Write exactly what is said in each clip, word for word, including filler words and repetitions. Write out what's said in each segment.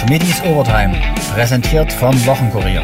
Middies Overtime, präsentiert vom Wochenkurier.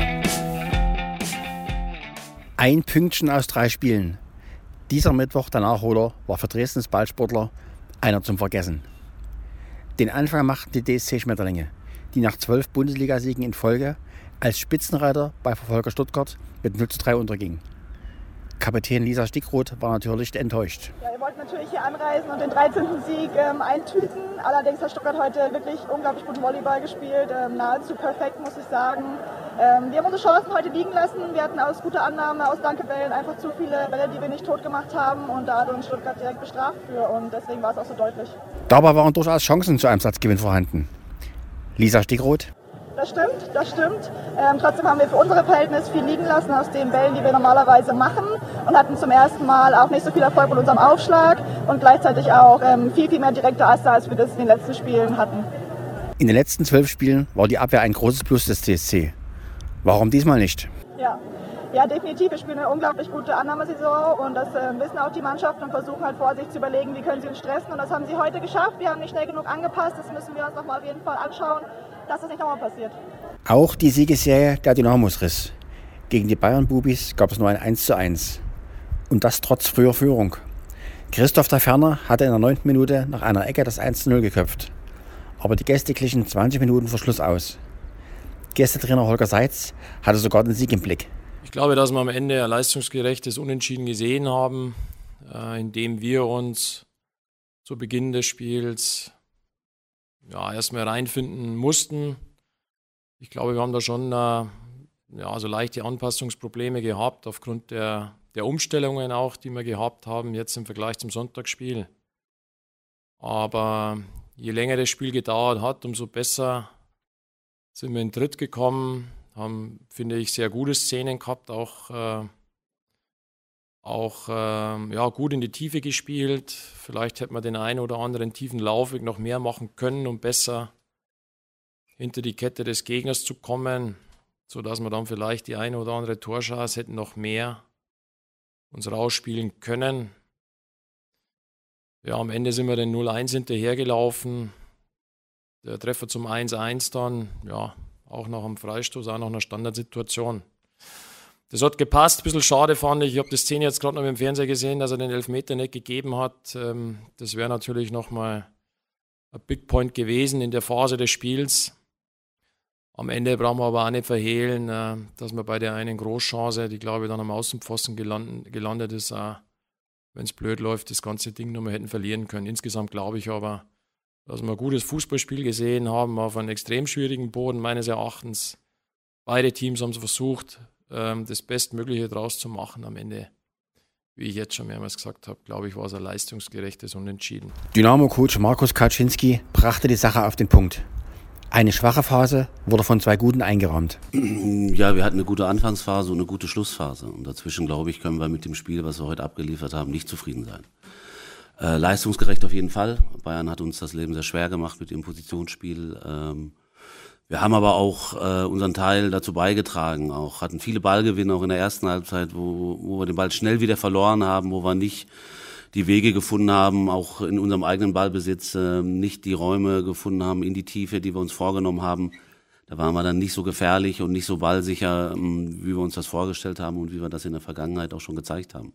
Ein Pünktchen aus drei Spielen. Dieser Mittwoch, der Nachholer, war für Dresdens Ballsportler einer zum Vergessen. Den Anfang machten die D S C-Schmetterlinge, die nach zwölf Bundesligasiegen in Folge als Spitzenreiter bei Verfolger Stuttgart mit null zu drei unterging. Kapitän Lisa Stickroth war natürlich enttäuscht. Ja, wir wollten natürlich hier anreisen und den dreizehnten Sieg ähm, eintüten. Allerdings hat Stuttgart heute wirklich unglaublich guten Volleyball gespielt, ähm, nahezu perfekt, muss ich sagen. Ähm, wir haben unsere Chancen heute liegen lassen. Wir hatten aus guter Annahme, aus Dankebällen einfach zu viele Bälle, die wir nicht tot gemacht haben. Und da hat uns Stuttgart direkt bestraft für. Und deswegen war es auch so deutlich. Dabei waren durchaus Chancen zu einem Satzgewinn vorhanden. Lisa Stickroth. Das stimmt, das stimmt. Ähm, trotzdem haben wir für unsere Verhältnisse viel liegen lassen aus den Bällen, die wir normalerweise machen und hatten zum ersten Mal auch nicht so viel Erfolg mit unserem Aufschlag und gleichzeitig auch ähm, viel, viel mehr direkte Asse, als wir das in den letzten Spielen hatten. In den letzten zwölf Spielen war die Abwehr ein großes Plus des C S C. Warum diesmal nicht? Ja. Ja, definitiv. Wir spielen eine unglaublich gute Annahmesaison und das äh, wissen auch die Mannschaften und versuchen halt vor sich zu überlegen, wie können sie uns stressen. Und das haben sie heute geschafft. Wir haben nicht schnell genug angepasst. Das müssen wir uns nochmal auf jeden Fall anschauen, dass das nicht nochmal passiert. Auch die Siegesserie der Dynamos riss. Gegen die Bayern-Bubis gab es nur ein eins zu eins. Und das trotz früher Führung. Christoph der Ferner hatte in der neunten Minute nach einer Ecke das eins zu null geköpft. Aber die Gäste glichen zwanzig Minuten vor Schluss aus. Gästetrainer Holger Seitz hatte sogar den Sieg im Blick. Ich glaube, dass wir am Ende ein leistungsgerechtes Unentschieden gesehen haben, äh, indem wir uns zu Beginn des Spiels ja, erstmal reinfinden mussten. Ich glaube, wir haben da schon äh, ja, so leichte Anpassungsprobleme gehabt, aufgrund der, der Umstellungen auch, die wir gehabt haben, jetzt im Vergleich zum Sonntagsspiel. Aber je länger das Spiel gedauert hat, umso besser sind wir in den Tritt gekommen. Haben, finde ich, sehr gute Szenen gehabt, auch, äh, auch äh, ja, gut in die Tiefe gespielt. Vielleicht hätte man den einen oder anderen tiefen Laufweg noch mehr machen können, um besser hinter die Kette des Gegners zu kommen, sodass wir dann vielleicht die eine oder andere Torchance hätten noch mehr uns rausspielen können. Ja, am Ende sind wir den null eins hinterhergelaufen. Der Treffer zum eins eins dann, ja, auch nach einem Freistoß, auch nach einer Standardsituation. Das hat gepasst, ein bisschen schade fand ich. Ich habe die Szene jetzt gerade noch im Fernseher gesehen, dass er den Elfmeter nicht gegeben hat. Das wäre natürlich nochmal ein Big Point gewesen in der Phase des Spiels. Am Ende brauchen wir aber auch nicht verhehlen, dass wir bei der einen Großchance, die glaube ich dann am Außenpfosten gelandet, gelandet ist, wenn es blöd läuft, das ganze Ding nochmal hätten verlieren können. Insgesamt glaube ich aber, dass wir ein gutes Fußballspiel gesehen haben, auf einem extrem schwierigen Boden meines Erachtens. Beide Teams haben es versucht, das Bestmögliche draus zu machen. Am Ende, wie ich jetzt schon mehrmals gesagt habe, glaube ich, war es ein leistungsgerechtes Unentschieden. Dynamo-Coach Markus Kaczynski brachte die Sache auf den Punkt. Eine schwache Phase wurde von zwei guten eingerahmt. Ja, wir hatten eine gute Anfangsphase und eine gute Schlussphase. Und dazwischen, glaube ich, können wir mit dem Spiel, was wir heute abgeliefert haben, nicht zufrieden sein. Äh, leistungsgerecht auf jeden Fall. Bayern hat uns das Leben sehr schwer gemacht mit dem Positionsspiel. Ähm, wir haben aber auch äh, unseren Teil dazu beigetragen. Auch hatten viele Ballgewinne, auch in der ersten Halbzeit, wo, wo wir den Ball schnell wieder verloren haben, wo wir nicht die Wege gefunden haben, auch in unserem eigenen Ballbesitz, äh, nicht die Räume gefunden haben in die Tiefe, die wir uns vorgenommen haben. Da waren wir dann nicht so gefährlich und nicht so ballsicher, ähm, wie wir uns das vorgestellt haben und wie wir das in der Vergangenheit auch schon gezeigt haben.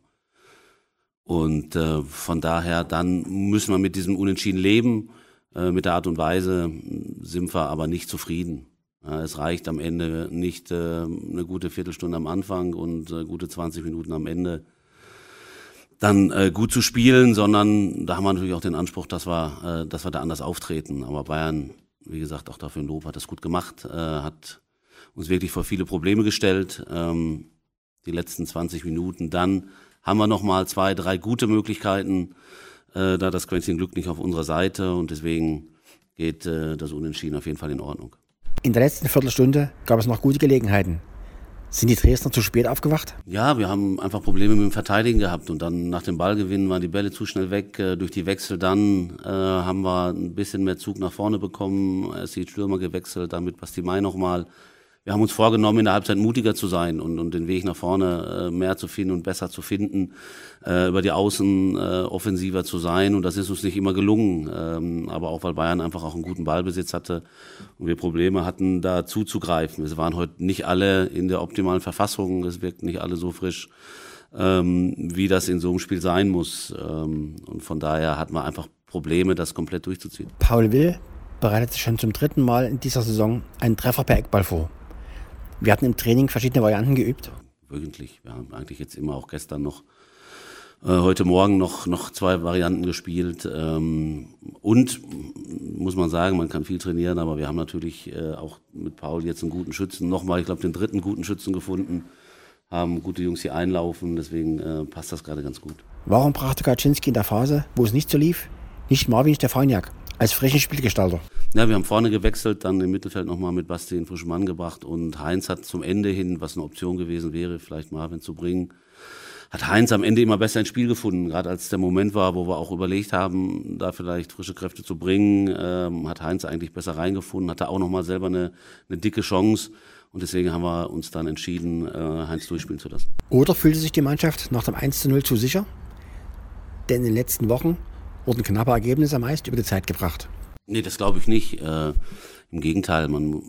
Und äh, von daher, dann müssen wir mit diesem Unentschieden leben. Äh, mit der Art und Weise sind wir aber nicht zufrieden. Ja, es reicht am Ende nicht äh, eine gute Viertelstunde am Anfang und äh, gute zwanzig Minuten am Ende dann äh, gut zu spielen, sondern da haben wir natürlich auch den Anspruch, dass wir, äh, dass wir da anders auftreten. Aber Bayern, wie gesagt, auch dafür ein Lob, hat das gut gemacht, äh, hat uns wirklich vor viele Probleme gestellt. Ähm, die letzten zwanzig Minuten dann haben wir nochmal zwei, drei gute Möglichkeiten, äh, da das Quäntchen Glück nicht auf unserer Seite und deswegen geht äh, das Unentschieden auf jeden Fall in Ordnung. In der letzten Viertelstunde gab es noch gute Gelegenheiten. Sind die Dresdner zu spät aufgewacht? Ja, wir haben einfach Probleme mit dem Verteidigen gehabt und dann nach dem Ballgewinn waren die Bälle zu schnell weg. Äh, durch die Wechsel dann äh, haben wir ein bisschen mehr Zug nach vorne bekommen. Erst die Stürmer gewechselt, dann mit Basti Mai nochmal. wir haben uns vorgenommen, in der Halbzeit mutiger zu sein und, und den Weg nach vorne äh, mehr zu finden und besser zu finden, äh, über die Außen äh, offensiver zu sein. Und das ist uns nicht immer gelungen. Ähm, aber auch, weil Bayern einfach auch einen guten Ballbesitz hatte und wir Probleme hatten, da zuzugreifen. Es waren heute nicht alle in der optimalen Verfassung, es wirkten nicht alle so frisch, ähm, wie das in so einem Spiel sein muss. Ähm, und von daher hatten wir einfach Probleme, das komplett durchzuziehen. Paul Will bereitet sich schon zum dritten Mal in dieser Saison einen Treffer per Eckball vor. Wir hatten im Training verschiedene Varianten geübt. Wöchentlich. Wir haben eigentlich jetzt immer auch gestern noch, äh, heute Morgen noch, noch zwei Varianten gespielt. Ähm, und, muss man sagen, man kann viel trainieren, aber wir haben natürlich äh, auch mit Paul jetzt einen guten Schützen, nochmal, ich glaube, den dritten guten Schützen gefunden, haben gute Jungs hier einlaufen, deswegen äh, passt das gerade ganz gut. Warum brachte Kaczynski in der Phase, wo es nicht so lief, nicht Marvin Stefaniak als frischen Spielgestalter? Ja, wir haben vorne gewechselt, dann im Mittelfeld nochmal mit Basti einen frischen Mann gebracht und Heinz hat zum Ende hin, was eine Option gewesen wäre, vielleicht Marvin zu bringen, hat Heinz am Ende immer besser ins Spiel gefunden, gerade als der Moment war, wo wir auch überlegt haben, da vielleicht frische Kräfte zu bringen, ähm, hat Heinz eigentlich besser reingefunden, hatte auch nochmal selber eine, eine dicke Chance und deswegen haben wir uns dann entschieden, äh, Heinz durchspielen zu lassen. Oder fühlte sich die Mannschaft nach dem eins zu null zu sicher? Denn in den letzten Wochen wurden knappe Ergebnisse meist über die Zeit gebracht. Nee, das glaube ich nicht. Äh, Im Gegenteil, man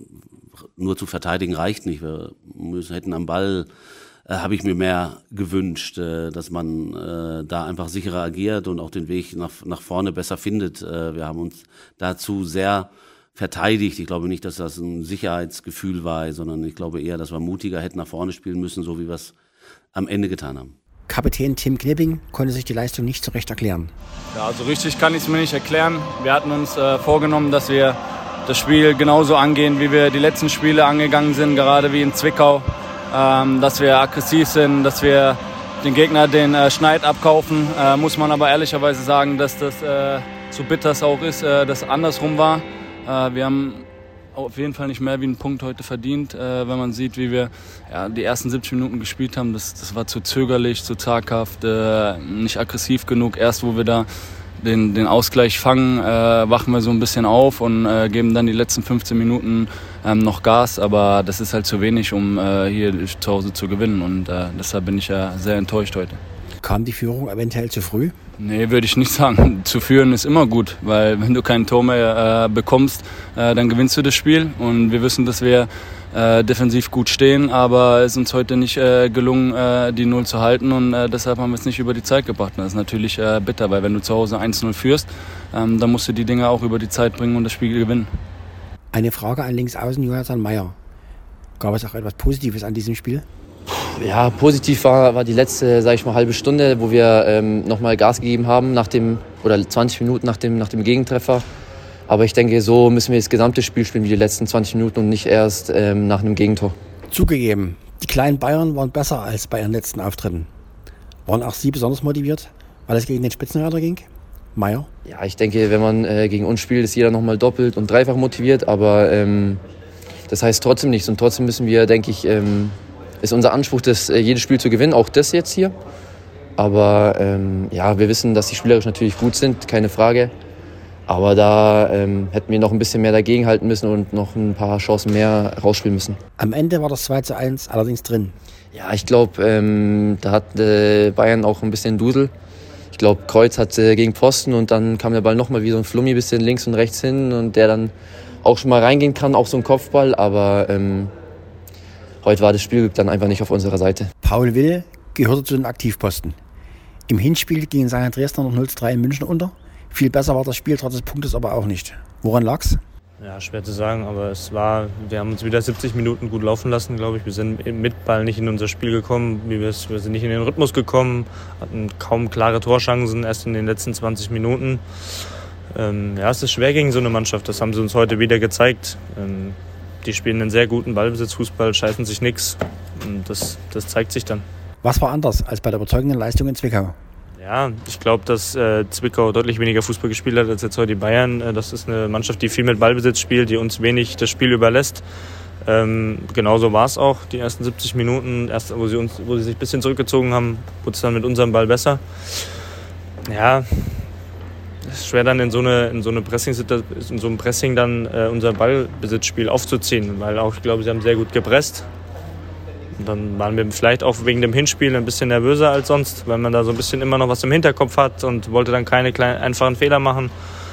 nur zu verteidigen reicht nicht. Wir müssen, hätten am Ball, äh, habe ich mir mehr gewünscht, äh, dass man äh, da einfach sicherer agiert und auch den Weg nach, nach vorne besser findet. Äh, wir haben uns dazu sehr verteidigt. Ich glaube nicht, dass das ein Sicherheitsgefühl war, sondern ich glaube eher, dass wir mutiger hätten nach vorne spielen müssen, so wie wir es am Ende getan haben. Kapitän Tim Knipping konnte sich die Leistung nicht so recht erklären. Ja, also richtig kann ich es mir nicht erklären. Wir hatten uns äh, vorgenommen, dass wir das Spiel genauso angehen, wie wir die letzten Spiele angegangen sind, gerade wie in Zwickau. Ähm, dass wir aggressiv sind, dass wir den Gegner den äh, Schneid abkaufen. Äh, muss man aber ehrlicherweise sagen, dass das, äh, so bitter es auch ist, äh, das andersrum war. Äh, wir haben auf jeden Fall nicht mehr wie einen Punkt heute verdient, äh, wenn man sieht, wie wir ja, die ersten siebzig Minuten gespielt haben. Das, das war zu zögerlich, zu zaghaft, äh, nicht aggressiv genug. Erst wo wir da den, den Ausgleich fangen, äh, wachen wir so ein bisschen auf und äh, geben dann die letzten fünfzehn Minuten ähm, noch Gas. Aber das ist halt zu wenig, um äh, hier zu Hause zu gewinnen. Und äh, deshalb bin ich ja sehr enttäuscht heute. Kam die Führung eventuell zu früh? Nee, würde ich nicht sagen. Zu führen ist immer gut, weil wenn du kein Tor mehr äh, bekommst, äh, dann gewinnst du das Spiel. Und wir wissen, dass wir äh, defensiv gut stehen, aber es ist uns heute nicht äh, gelungen, äh, die Null zu halten und äh, deshalb haben wir es nicht über die Zeit gebracht. Das ist natürlich äh, bitter, weil wenn du zu Hause eins null führst, ähm, dann musst du die Dinge auch über die Zeit bringen und das Spiel gewinnen. Eine Frage an Linksaußen Jonathan Meyer. Gab es auch etwas Positives an diesem Spiel? Ja, positiv war, war die letzte, sage ich mal, halbe Stunde, wo wir ähm, nochmal Gas gegeben haben, nach dem, oder zwanzig Minuten nach dem, nach dem Gegentreffer. Aber ich denke, so müssen wir das gesamte Spiel spielen wie die letzten zwanzig Minuten und nicht erst ähm, nach einem Gegentor. Zugegeben, die kleinen Bayern waren besser als bei ihren letzten Auftritten. Waren auch Sie besonders motiviert, weil es gegen den Spitzenreiter ging? Meyer? Ja, ich denke, wenn man äh, gegen uns spielt, ist jeder nochmal doppelt und dreifach motiviert. Aber ähm, das heißt trotzdem nichts. Und trotzdem müssen wir, denke ich, ähm, ist unser Anspruch, das, äh, jedes Spiel zu gewinnen, auch das jetzt hier. Aber ähm, ja, wir wissen, dass die spielerisch natürlich gut sind, keine Frage. Aber da ähm, hätten wir noch ein bisschen mehr dagegenhalten müssen und noch ein paar Chancen mehr rausspielen müssen. Am Ende war das zwei zu eins allerdings drin. Ja, ich glaube, ähm, da hat äh, Bayern auch ein bisschen Dusel. Ich glaube, Kreuz hat äh, gegen Pfosten und dann kam der Ball nochmal wie so ein Flummi, bisschen links und rechts hin und der dann auch schon mal reingehen kann, auch so ein Kopfball. Aber ähm, heute war das Spielglück dann einfach nicht auf unserer Seite. Paul Will gehörte zu den Aktivposten. Im Hinspiel gingen seine Dresdner noch null zu drei in München unter. Viel besser war das Spiel trotz des Punktes aber auch nicht. Woran lag's? Ja, schwer zu sagen, aber es war, wir haben uns wieder siebzig Minuten gut laufen lassen, glaube ich. Wir sind mit Ball nicht in unser Spiel gekommen, wir sind nicht in den Rhythmus gekommen, hatten kaum klare Torchancen, erst in den letzten zwanzig Minuten. Ähm, ja, es ist schwer gegen so eine Mannschaft, das haben sie uns heute wieder gezeigt. Ähm, die spielen einen sehr guten Ballbesitzfußball, scheißen sich nichts und das, das zeigt sich dann. Was war anders als bei der überzeugenden Leistung in Zwickau? Ja, ich glaube, dass äh, Zwickau deutlich weniger Fußball gespielt hat als jetzt heute die Bayern. Äh, das ist eine Mannschaft, die viel mit Ballbesitz spielt, die uns wenig das Spiel überlässt. Ähm, genauso war es auch die ersten siebzig Minuten. Erst, wo sie, uns, wo sie sich ein bisschen zurückgezogen haben, wurde es dann mit unserem Ball besser. Ja, ist schwer dann in so eine in so eine Pressing in so einem Pressing dann äh, unser Ballbesitzspiel aufzuziehen, weil auch ich glaube, sie haben sehr gut gepresst. Und dann waren wir vielleicht auch wegen dem Hinspiel ein bisschen nervöser als sonst, weil man da so ein bisschen immer noch was im Hinterkopf hat und wollte dann keine kleinen einfachen Fehler machen.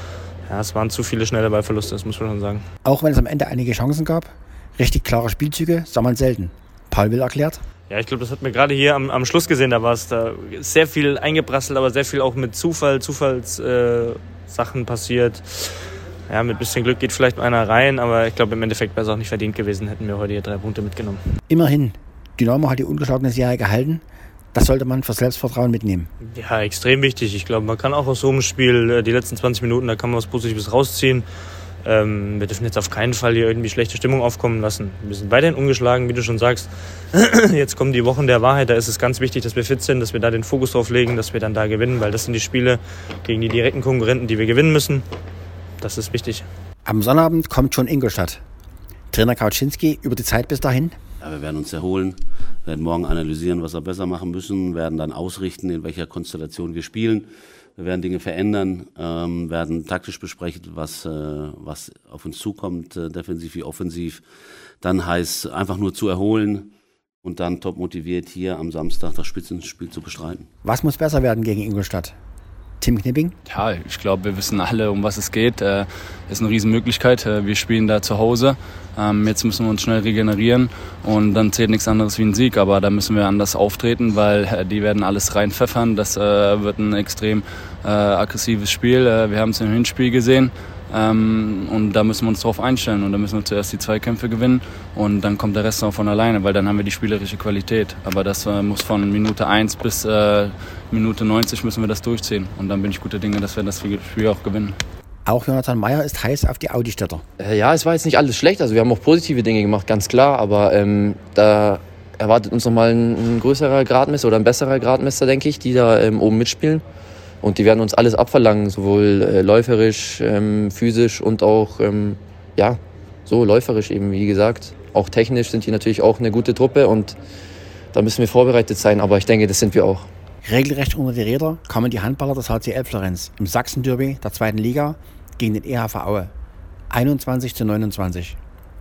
Ja, es waren zu viele schnelle Ballverluste, das muss man schon sagen. Auch wenn es am Ende einige Chancen gab, richtig klare Spielzüge sah man selten. Paul Will erklärt. Ja, ich glaube, das hat man gerade hier am, am Schluss gesehen. Da war es da sehr viel eingeprasselt, aber sehr viel auch mit Zufall, Zufallssachen äh, passiert. Ja, mit ein bisschen Glück geht vielleicht einer rein, aber ich glaube, im Endeffekt wäre es auch nicht verdient gewesen, hätten wir heute hier drei Punkte mitgenommen. Immerhin, Dynamo hat die ungeschlagene Serie gehalten. Das sollte man für Selbstvertrauen mitnehmen. Ja, extrem wichtig. Ich glaube, man kann auch aus so einem Spiel die letzten zwanzig Minuten, da kann man was Positives rausziehen. Ähm, wir dürfen jetzt auf keinen Fall hier irgendwie schlechte Stimmung aufkommen lassen. Wir sind weiterhin ungeschlagen, wie du schon sagst. Jetzt kommen die Wochen der Wahrheit, da ist es ganz wichtig, dass wir fit sind, dass wir da den Fokus drauf legen, dass wir dann da gewinnen, weil das sind die Spiele gegen die direkten Konkurrenten, die wir gewinnen müssen. Das ist wichtig. Am Sonnabend kommt schon Ingolstadt. Trainer Kauczynski über die Zeit bis dahin? Ja, wir werden uns erholen, werden morgen analysieren, was wir besser machen müssen, werden dann ausrichten, in welcher Konstellation wir spielen. Wir werden Dinge verändern, ähm, werden taktisch besprechen, was, äh, was auf uns zukommt, äh, defensiv wie offensiv. Dann heißt einfach nur zu erholen und dann top motiviert hier am Samstag das Spitzenspiel zu bestreiten. Was muss besser werden gegen Ingolstadt? Tim Knipping? Ja, ich glaube, wir wissen alle, um was es geht. Es ist eine Riesenmöglichkeit. Wir spielen da zu Hause. Jetzt müssen wir uns schnell regenerieren und dann zählt nichts anderes wie ein Sieg. Aber da müssen wir anders auftreten, weil die werden alles reinpfeffern. Das wird ein extrem aggressives Spiel. Wir haben es im Hinspiel gesehen. Ähm, und da müssen wir uns drauf einstellen und da müssen wir zuerst die Zweikämpfe gewinnen und dann kommt der Rest noch von alleine, weil dann haben wir die spielerische Qualität. Aber das äh, muss von Minute eins bis äh, Minute neunzig müssen wir das durchziehen und dann bin ich guter Dinge, dass wir das Spiel auch gewinnen. Auch Jonathan Meyer ist heiß auf die Audi-Städter. Äh, ja, es war jetzt nicht alles schlecht, also wir haben auch positive Dinge gemacht, ganz klar, aber ähm, da erwartet uns nochmal ein, ein größerer Gradmesser oder ein besserer Gradmesser, denke ich, die da ähm, oben mitspielen. Und die werden uns alles abverlangen, sowohl äh, läuferisch, ähm, physisch und auch, ähm, ja, so läuferisch eben, wie gesagt. Auch technisch sind die natürlich auch eine gute Truppe und da müssen wir vorbereitet sein, aber ich denke, das sind wir auch. Regelrecht unter die Räder kamen die Handballer des H C L Florenz im Sachsen-Derby der zweiten Liga gegen den E H V Aue. einundzwanzig zu neunundzwanzig.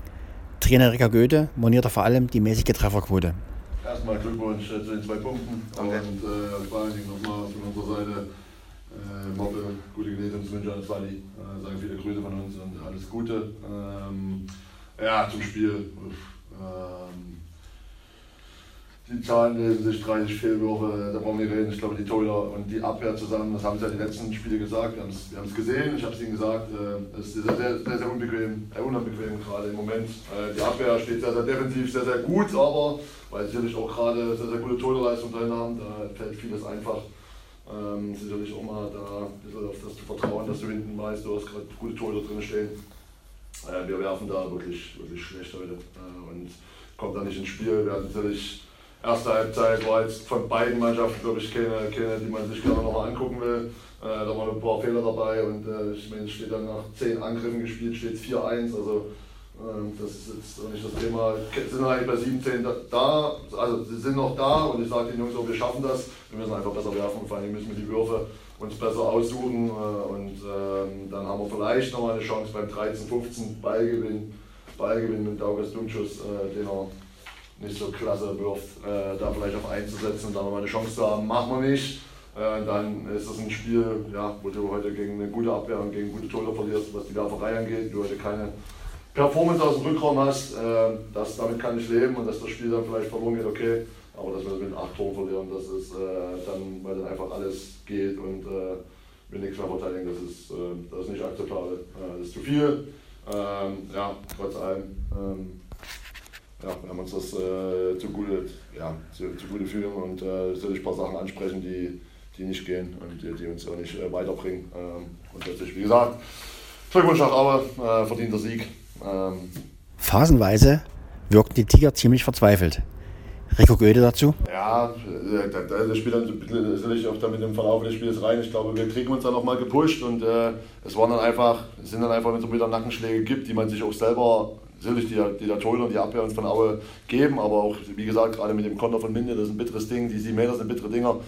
Trainer Ricker Goethe monierte vor allem die mäßige Trefferquote. Erstmal Glückwunsch zu den zwei Punkten. Danke. Und äh, vor allen Dingen nochmal von unserer Seite äh, Moppe, gute Genesungswünsche an Swali. Äh, sagen viele Grüße von uns und alles Gute. Ähm, ja, zum Spiel. Ähm, die Zahlen lesen sich, dreißig Fehlwürfe, da brauchen wir reden. Ich glaube, die Torhüter und die Abwehr zusammen, das haben sie ja die letzten Spiele gesagt. Wir haben es gesehen, ich habe es ihnen gesagt. Es ist sehr, sehr, sehr, sehr unbequem, äh, unbequem gerade im Moment. Äh, die Abwehr steht sehr, sehr defensiv, sehr, sehr gut, aber weil sie sicherlich auch gerade sehr, sehr gute Torhüterleistung drin haben, da fällt vieles einfach. Ähm, sicherlich auch mal da ein bisschen auf das zu vertrauen, dass du hinten weißt, du hast gerade gute Torhüter drin stehen. Äh, wir werfen da wirklich, wirklich schlecht heute äh, und kommt da nicht ins Spiel. Wir hatten natürlich erste Halbzeit war jetzt von beiden Mannschaften, glaube ich, keine, keine, die man sich gerne nochmal angucken will. Äh, da waren ein paar Fehler dabei und äh, ich meine, es steht dann nach zehn Angriffen gespielt, steht es vier eins. Also äh, das ist jetzt auch nicht das Thema. Wir sind eigentlich bei sieben zehn da, also sie sind noch da und ich sage den Jungs auch, wir schaffen das. Wir müssen einfach besser werfen und vor allem müssen wir die Würfe uns besser aussuchen äh, und äh, dann haben wir vielleicht nochmal eine Chance beim dreizehn fünfzehn Ballgewinn, Ballgewinn mit August Duntschuss, äh, den er nicht so klasse wirft, äh, da vielleicht auf einzusetzen und dann nochmal eine Chance zu haben, machen wir nicht. Äh, dann ist das ein Spiel, ja, wo du heute gegen eine gute Abwehr und gegen gute Torhüter verlierst, was die Werferei angeht, du heute keine Performance aus dem Rückraum hast. Äh, das, damit kann ich leben und dass das Spiel dann vielleicht verloren geht, okay. Aber dass wir das mit acht Toren verlieren, das ist äh, dann, weil dann einfach alles geht und äh, wir nichts mehr verteidigen, das ist, äh, das ist nicht akzeptabel. Äh, das ist zu viel. Ähm, ja, trotz allem. Ähm, Ja, wir haben uns das äh, zugute, ja, zu, zugute fühlen und äh, natürlich ein paar Sachen ansprechen, die, die nicht gehen und die, die uns auch nicht äh, weiterbringen. Ähm, und letztlich, wie gesagt, Glückwunsch nach Aue, äh, verdienter Sieg. Ähm. Phasenweise wirkten die Tiger ziemlich verzweifelt. Rico Goethe dazu? Ja, das spielt dann natürlich auch damit im Verlauf des Spiels rein. Ich glaube, wir kriegen uns dann nochmal gepusht und äh, es waren dann einfach, es sind dann einfach, wenn es wieder Nackenschläge gibt, die man sich auch selber, sicherlich die, die der Torhüter und die Abwehr uns von Aue geben, aber auch, wie gesagt, gerade mit dem Konter von Minde, das ist ein bitteres Ding, die sieben Meter sind bittere Dinger.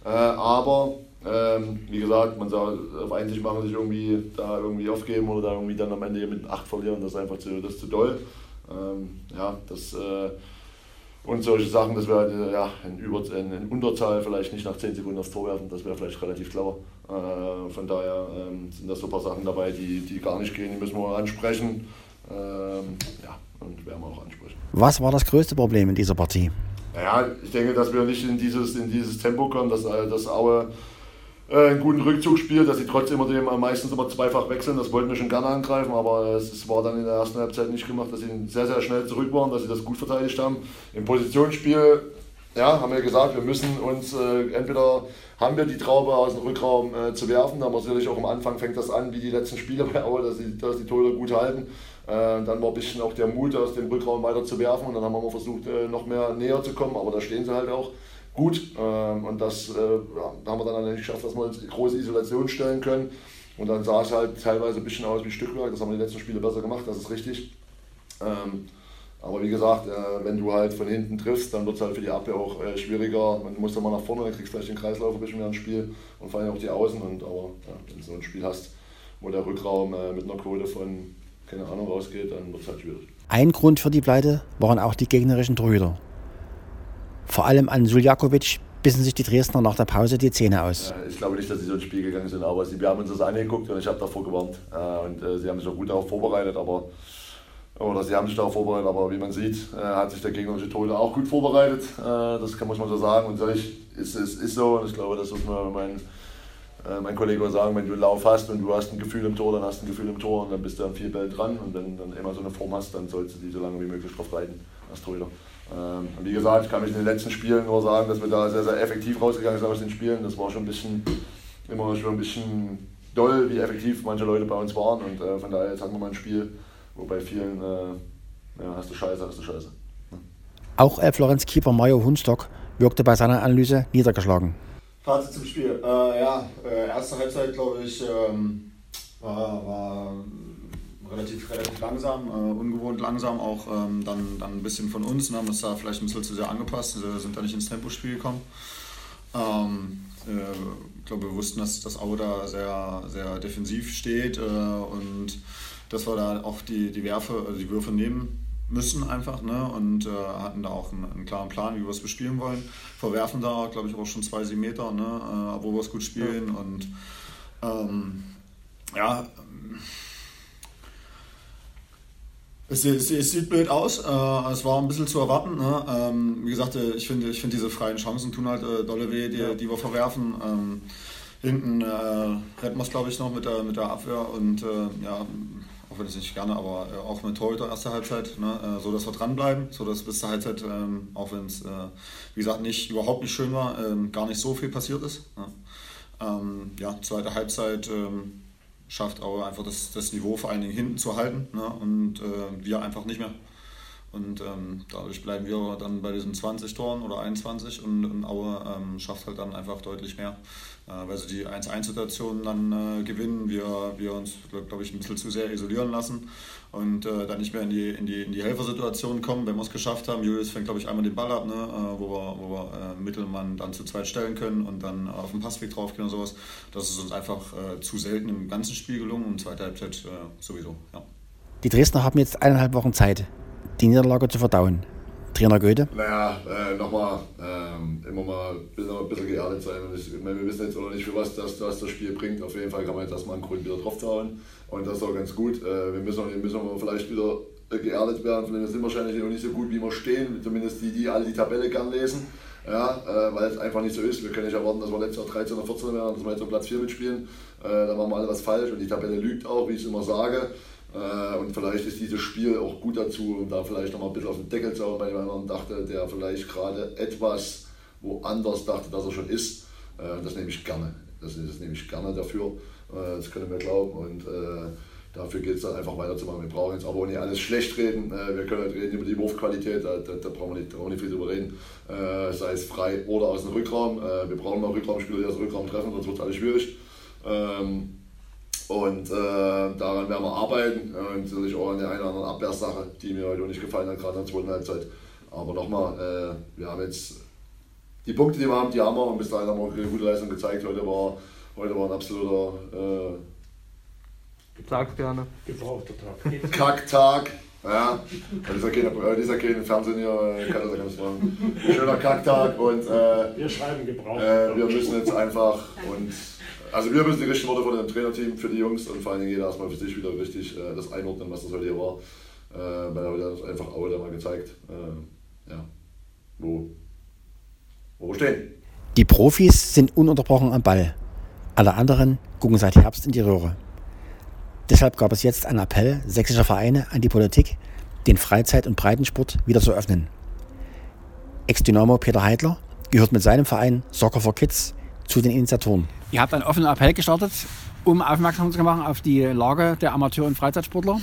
Äh, aber ähm, wie gesagt, man soll auf einzig machen, sich irgendwie da irgendwie aufgeben oder da irgendwie dann am Ende mit acht verlieren, das ist einfach zu, das ist zu doll. Ähm, ja, das, äh, und solche Sachen, dass wir halt, äh, ja, in, Über in, in Unterzahl vielleicht nicht nach zehn Sekunden aufs Tor werfen, das wäre vielleicht relativ clever. Äh, von daher ähm, sind da so ein paar Sachen dabei, die, die gar nicht gehen, die müssen wir ansprechen. Ähm, ja, und werden wir auch ansprechen. Was war das größte Problem in dieser Partie? Ja, ich denke, dass wir nicht in dieses, in dieses Tempo kommen, dass, dass Aue äh, einen guten Rückzug spielt, dass sie trotzdem immer, meistens immer zweifach wechseln. Das wollten wir schon gerne angreifen, aber es war dann in der ersten Halbzeit nicht gemacht, dass sie sehr, sehr schnell zurück waren, dass sie das gut verteidigt haben. Im Positionsspiel, ja, haben wir gesagt, wir müssen uns äh, entweder haben wir die Traube aus dem Rückraum äh, zu werfen, aber natürlich auch am Anfang fängt das an, wie die letzten Spiele bei Aue, dass die, dass die Tore gut halten. Äh, dann war ein bisschen auch der Mut, aus dem Rückraum weiter zu werfen und dann haben wir mal versucht, äh, noch mehr näher zu kommen, aber da stehen sie halt auch gut. Ähm, und das äh, ja, da haben wir dann nicht geschafft, dass wir uns in große Isolation stellen können. Und dann sah es halt teilweise ein bisschen aus wie Stückwerk, das haben wir die letzten Spiele besser gemacht, das ist richtig. Ähm, aber wie gesagt, äh, wenn du halt von hinten triffst, dann wird es halt für die Abwehr auch äh, schwieriger. Man muss dann mal nach vorne, dann kriegst du vielleicht den Kreislauf ein bisschen mehr ins Spiel und vor allem auch die Außen. Und, aber ja, wenn du so ein Spiel hast, wo der Rückraum äh, mit einer Quote von, keine Ahnung, rausgeht, dann wird es halt schwierig. Ein Grund für die Pleite waren auch die gegnerischen Torhüter. Vor allem an Suljakovic bissen sich die Dresdner nach der Pause die Zähne aus. Äh, ich glaube nicht, dass sie so ins Spiel gegangen sind, aber sie, wir haben uns das angeguckt und ich habe davor gewarnt. Äh, und äh, sie haben sich auch gut darauf vorbereitet, aber Oder sie haben sich darauf vorbereitet, aber wie man sieht, äh, hat sich der gegnerische Torhüter auch gut vorbereitet. Äh, das kann, muss man so sagen. Und solch ist es ist so. Und ich glaube, das wird mir mein, äh, mein Kollege auch sagen, wenn du einen Lauf hast und du hast ein Gefühl im Tor, dann hast du ein Gefühl im Tor und dann bist du an vier Bällen dran. Und wenn du dann immer so eine Form hast, dann sollst du die so lange wie möglich drauf reiten als Torhüter. Ähm, und wie gesagt, ich kann mich in den letzten Spielen nur sagen, dass wir da sehr, sehr effektiv rausgegangen sind aus den Spielen. Das war schon ein bisschen, immer schon ein bisschen doll, wie effektiv manche Leute bei uns waren. Und äh, von daher, jetzt hatten wir mal ein Spiel, wo bei vielen, äh, ja, hast du Scheiße, hast du Scheiße. Ja. Auch Florenz-Keeper Mario Hunstock wirkte bei seiner Analyse niedergeschlagen. Fazit zum Spiel. Äh, ja, äh, erste Halbzeit, glaube ich, ähm, war, war relativ, relativ langsam, äh, ungewohnt langsam, auch ähm, dann, dann ein bisschen von uns, und haben uns da vielleicht ein bisschen zu sehr angepasst, wir sind da nicht ins Tempospiel gekommen. Ähm, äh, ich glaube, wir wussten, dass das Aue da sehr, sehr defensiv steht äh, und dass wir da auch die, die, Werfe, also die Würfe nehmen müssen einfach, ne? Und äh, hatten da auch einen, einen klaren Plan, wie wir es bespielen wollen. Verwerfen da, glaube ich, auch schon zwei, sieben Meter, ne? Äh, wo wir es gut spielen. Ja. Und ähm, ja, es, es, es sieht blöd aus, äh, es war ein bisschen zu erwarten. Ne? Ähm, wie gesagt, ich finde ich find diese freien Chancen tun halt äh, dolle weh, die, ja. die wir verwerfen. Ähm, hinten äh, retten wir es, glaube ich, noch mit der, mit der Abwehr und äh, ja, auch wenn ich es nicht gerne, aber äh, auch mit Torhüter erste Halbzeit, ne, äh, so dass wir dranbleiben, so dass bis zur Halbzeit, ähm, auch wenn es, äh, wie gesagt, nicht, überhaupt nicht schön war, ähm, gar nicht so viel passiert ist. Ne. Ähm, ja, zweite Halbzeit ähm, schafft Aue einfach das, das Niveau vor allen Dingen hinten zu halten, ne, und äh, wir einfach nicht mehr. Und ähm, dadurch bleiben wir dann bei diesen zwanzig Toren oder einundzwanzig und, und Aue ähm, schafft halt dann einfach deutlich mehr, äh, weil sie die eins eins Situationen dann äh, gewinnen, wir, wir uns, glaube ich, ein bisschen zu sehr isolieren lassen und äh, dann nicht mehr in die, in die, in die Helfersituation kommen, wenn wir es geschafft haben. Julius fängt, glaube ich, einmal den Ball ab, ne, äh, wo wir, wo wir äh, Mittelmann dann zu zweit stellen können und dann auf den Passweg draufgehen und sowas. Das ist uns einfach äh, zu selten im ganzen Spiel gelungen und zweite Halbzeit äh, sowieso, ja. Die Dresdner haben jetzt eineinhalb Wochen Zeit, die Niederlage zu verdauen. Trainer Goethe? Naja, äh, nochmal, ähm, immer mal ein bisschen geerdet sein. Und ich, wir wissen jetzt auch noch nicht, für was das, das das Spiel bringt. Auf jeden Fall kann man jetzt erstmal einen Grund wieder drauf zahlen. Und das ist auch ganz gut. Äh, wir müssen, müssen vielleicht wieder geerdet werden. Wir sind wahrscheinlich noch nicht so gut, wie wir stehen. Zumindest die, die alle die Tabelle gern lesen. Ja, äh, weil es einfach nicht so ist. Wir können nicht erwarten, dass wir letztes Jahr dreizehn oder vierzehn werden, dass wir jetzt auf Platz vier mitspielen. Äh, da machen wir alle was falsch. Und die Tabelle lügt auch, wie ich es immer sage. Und vielleicht ist dieses Spiel auch gut dazu, um da vielleicht noch mal ein bisschen auf den Deckel zu hauen, weil jemand dachte, der vielleicht gerade etwas woanders dachte, dass er schon ist. Das nehme ich gerne. Das, das nehme ich gerne dafür. Das können wir glauben. Und äh, dafür geht es dann einfach weiterzumachen. Wir brauchen jetzt aber auch nicht alles schlecht reden. Wir können halt reden über die Wurfqualität, da, da, da brauchen wir nicht, brauchen nicht viel drüber reden. Äh, sei es frei oder aus dem Rückraum. Äh, wir brauchen mal Rückraumspieler, die aus dem Rückraum treffen, sonst wird es alles schwierig. Ähm, Und äh, daran werden wir arbeiten und natürlich auch an der einen oder anderen Abwehrsache, die mir heute auch nicht gefallen hat, gerade in der zweiten Halbzeit. Aber nochmal, äh, wir haben jetzt die Punkte, die wir haben, die haben wir und bis dahin haben wir auch eine gute Leistung gezeigt. Heute war, heute war ein absoluter äh, Tag gerne. Gebrauchter Tag. Kacktag. Ja, das ist ja keine, das ist ja kein Fernsehen hier, kann das ja ganz machen. Schöner Kacktag und äh, wir schreiben Gebrauch. Äh, wir müssen jetzt einfach und also wir müssen die richtigen Worte von dem Trainerteam für die Jungs und vor allen Dingen jeder erstmal für sich wieder richtig äh, das einordnen, was das heute hier war. Äh, weil er heute einfach auch wieder mal gezeigt, äh, ja, wo, wo wir stehen. Die Profis sind ununterbrochen am Ball. Alle anderen gucken seit Herbst in die Röhre. Deshalb gab es jetzt einen Appell sächsischer Vereine an die Politik, den Freizeit- und Breitensport wieder zu öffnen. Ex-Dynamo Peter Heidler gehört mit seinem Verein Soccer for Kids zu den Initiatoren. Ihr habt einen offenen Appell gestartet, um aufmerksam zu machen auf die Lage der Amateur- und Freizeitsportler.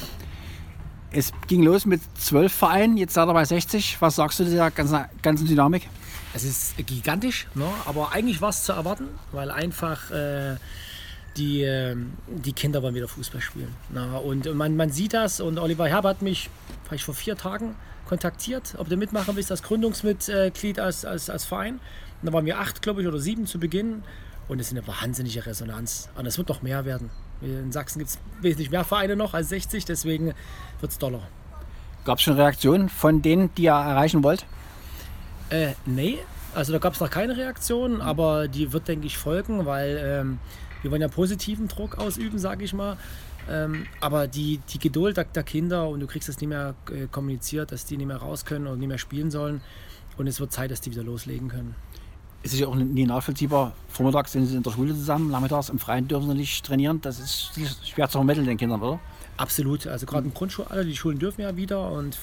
Es ging los mit zwölf Vereinen, jetzt seid ihr bei sechzig. Was sagst du dieser ganzen, ganzen Dynamik? Es ist gigantisch, ne? Aber eigentlich war es zu erwarten, weil einfach äh, die, äh, die Kinder wollen wieder Fußball spielen. Na, und man, man sieht das und Oliver Herb hat mich vielleicht vor vier Tagen kontaktiert, ob du mitmachen willst als Gründungsmitglied als, als, als Verein. Und da waren wir acht, glaube ich, oder sieben zu Beginn und es ist eine wahnsinnige Resonanz. Und es wird noch mehr werden. In Sachsen gibt es wesentlich mehr Vereine noch als sechzig, deswegen wird es doller. Gab es schon Reaktionen von denen, die ihr erreichen wollt? Äh, nee, also da gab es noch keine Reaktion, aber die wird, denke ich, folgen, weil ähm, wir wollen ja positiven Druck ausüben, sage ich mal. Ähm, aber die, die Geduld der, der Kinder und du kriegst das nicht mehr äh, kommuniziert, dass die nicht mehr raus können und nicht mehr spielen sollen. Und es wird Zeit, dass die wieder loslegen können. Es ist ja auch nie nachvollziehbar. Vormittags sind sie in der Schule zusammen, nachmittags im Freien dürfen sie nicht trainieren. Das ist schwer zu vermitteln den Kindern, oder? Absolut. Also gerade im Grundschulalter, die Schulen dürfen ja wieder und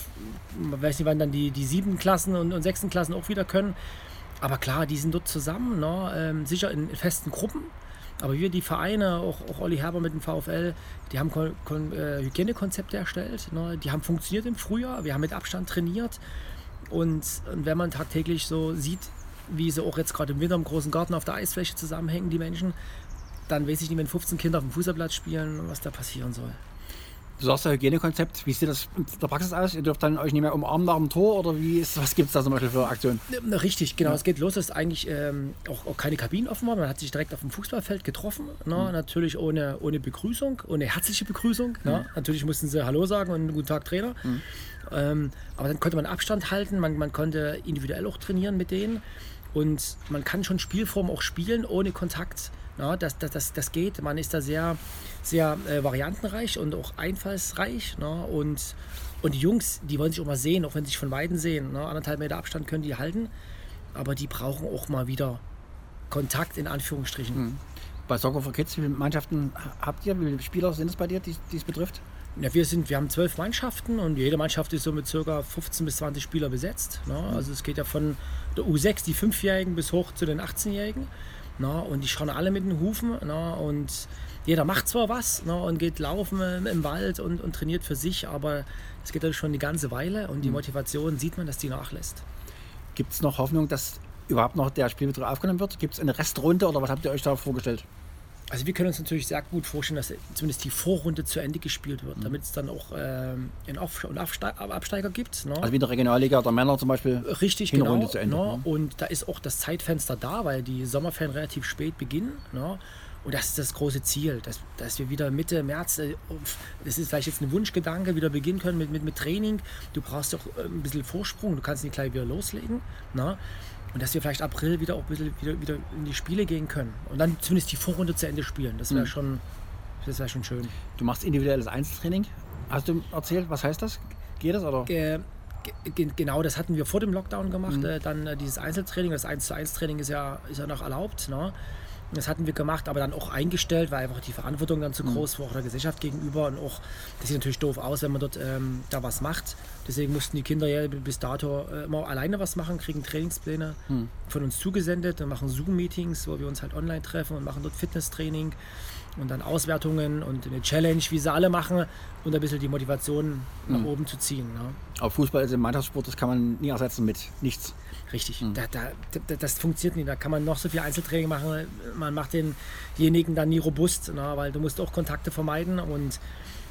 man weiß nicht, wann dann die, die siebten Klassen und, und sechsten Klassen auch wieder können. Aber klar, die sind dort zusammen, ne? ähm, sicher in festen Gruppen. Aber wir, die Vereine, auch, auch Olli Herber mit dem VfL, die haben Kon- Kon- äh, Hygienekonzepte erstellt. Ne? Die haben funktioniert im Frühjahr. Wir haben mit Abstand trainiert. Und, und wenn man tagtäglich so sieht, wie sie auch jetzt gerade im Winter im großen Garten auf der Eisfläche zusammenhängen, die Menschen, dann weiß ich nicht, wenn fünfzehn Kinder auf dem Fußballplatz spielen, was da passieren soll. Du sagst ja Hygienekonzept, wie sieht das in der Praxis aus? Ihr dürft dann euch nicht mehr umarmen nach dem Tor oder wie ist, was gibt es da zum Beispiel für Aktionen? Richtig, genau. Ja. Es geht los, dass eigentlich ähm, auch, auch keine Kabinen offen waren. Man hat sich direkt auf dem Fußballfeld getroffen. Ne? Mhm. Natürlich ohne, ohne Begrüßung, ohne herzliche Begrüßung. Mhm. Ne? Natürlich mussten sie Hallo sagen und Guten Tag Trainer. Mhm. Ähm, aber dann konnte man Abstand halten, man, man konnte individuell auch trainieren mit denen. Und man kann schon Spielformen auch spielen ohne Kontakt. Ja, das, das, das, das geht. Man ist da sehr, sehr äh, variantenreich und auch einfallsreich. Ne? Und, und die Jungs, die wollen sich auch mal sehen, auch wenn sie sich von Weitem sehen. Ne? Anderthalb Meter Abstand können die halten. Aber die brauchen auch mal wieder Kontakt in Anführungsstrichen. Mhm. Bei Soccer for Kids, wie viele Mannschaften habt ihr? Wie viele Spieler sind es bei dir, die es betrifft? Ja, wir, sind, wir haben zwölf Mannschaften und jede Mannschaft ist so mit ca. fünfzehn bis zwanzig Spieler besetzt. Ne? Also es geht ja von der U sechs, die Fünfjährigen, bis hoch zu den achtzehnjährigen. Ne? Und die schauen alle mit den Hufen. Ne? Und jeder macht zwar was, ne? Und geht laufen im Wald und, und trainiert für sich, aber es geht dann schon eine ganze Weile und die Motivation sieht man, dass die nachlässt. Gibt es noch Hoffnung, dass überhaupt noch der Spielbetrieb aufgenommen wird? Gibt es eine Restrunde oder was habt ihr euch da vorgestellt? Also wir können uns natürlich sehr gut vorstellen, dass zumindest die Vorrunde zu Ende gespielt wird, damit es dann auch ähm, einen Auf- und Absteiger gibt. Ne? Also wie in der Regionalliga der Männer zum Beispiel. Richtig, Hinrunde genau. zu Ende. Ne? Und da ist auch das Zeitfenster da, weil die Sommerferien relativ spät beginnen. Ne? Und das ist das große Ziel, dass, dass wir wieder Mitte März, das ist vielleicht jetzt ein Wunschgedanke, wieder beginnen können mit, mit, mit Training. Du brauchst doch ein bisschen Vorsprung, du kannst nicht gleich wieder loslegen. Ne? Und dass wir vielleicht April wieder auch ein bisschen wieder, wieder in die Spiele gehen können. Und dann zumindest die Vorrunde zu Ende spielen. Das wäre schon, das wär schon schön. Du machst individuelles Einzeltraining. Hast du erzählt, was heißt das? Geht das? Oder? Ge- ge- genau, das hatten wir vor dem Lockdown gemacht. Mhm. Äh, dann äh, dieses Einzeltraining, das eins zu eins Training ist ja, ist ja noch erlaubt. Ne? Das hatten wir gemacht, aber dann auch eingestellt, weil einfach die Verantwortung dann zu groß war, auch der Gesellschaft gegenüber. Und auch, das sieht natürlich doof aus, wenn man dort ähm, da was macht. Deswegen mussten die Kinder ja bis dato äh, immer alleine was machen, kriegen Trainingspläne hm. von uns zugesendet. Dann machen Zoom-Meetings, wo wir uns halt online treffen und machen dort Fitnesstraining und dann Auswertungen und eine Challenge, wie sie alle machen, und ein bisschen die Motivation hm. nach oben zu ziehen. Ne? Aber Fußball ist im Mannschaftssport, das kann man nie ersetzen mit nichts. Richtig, mhm. da, da, da, das funktioniert nicht. Da kann man noch so viel Einzeltraining machen. Man macht denjenigen dann nie robust, na, weil du musst auch Kontakte vermeiden. Und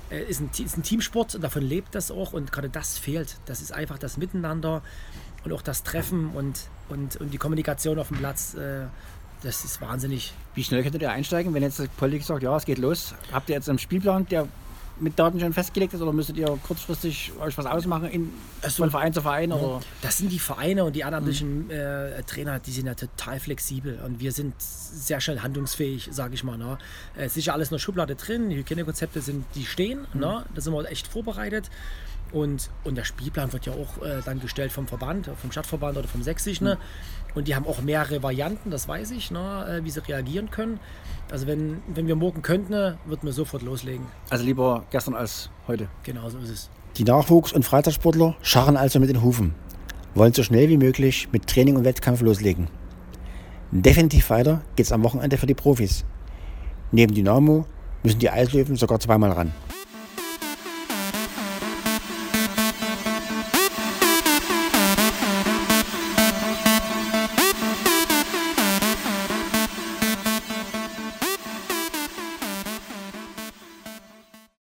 äh, ist, ein, ist ein Teamsport und davon lebt das auch und gerade das fehlt. Das ist einfach das Miteinander und auch das Treffen und, und, und die Kommunikation auf dem Platz. Äh, das ist wahnsinnig. Wie schnell könntet ihr einsteigen, wenn jetzt die Politik sagt, ja, es geht los? Habt ihr jetzt einen Spielplan, der mit Daten schon festgelegt ist, oder müsstet ihr kurzfristig euch was ausmachen in, Also, von Verein zu Verein? Oder? Das sind die Vereine und die ehrenamtlichen äh, Trainer, die sind ja total flexibel und wir sind sehr schnell handlungsfähig, sage ich mal. Ne? Es ist sicher alles in der Schublade drin, die Hygienekonzepte sind, die stehen, mhm. ne? Da sind wir echt vorbereitet. Und, und der Spielplan wird ja auch äh, dann gestellt vom Verband, vom Stadtverband oder vom Sächsischen. Mhm. Und die haben auch mehrere Varianten, das weiß ich, ne, äh, wie sie reagieren können. Also wenn, wenn wir morgen könnten, würden wir sofort loslegen. Also lieber gestern als heute. Genau so ist es. Die Nachwuchs- und Freizeitsportler scharren also mit den Hufen, wollen so schnell wie möglich mit Training und Wettkampf loslegen. Definitiv weiter geht's am Wochenende für die Profis. Neben Dynamo müssen die Eislöwen sogar zweimal ran.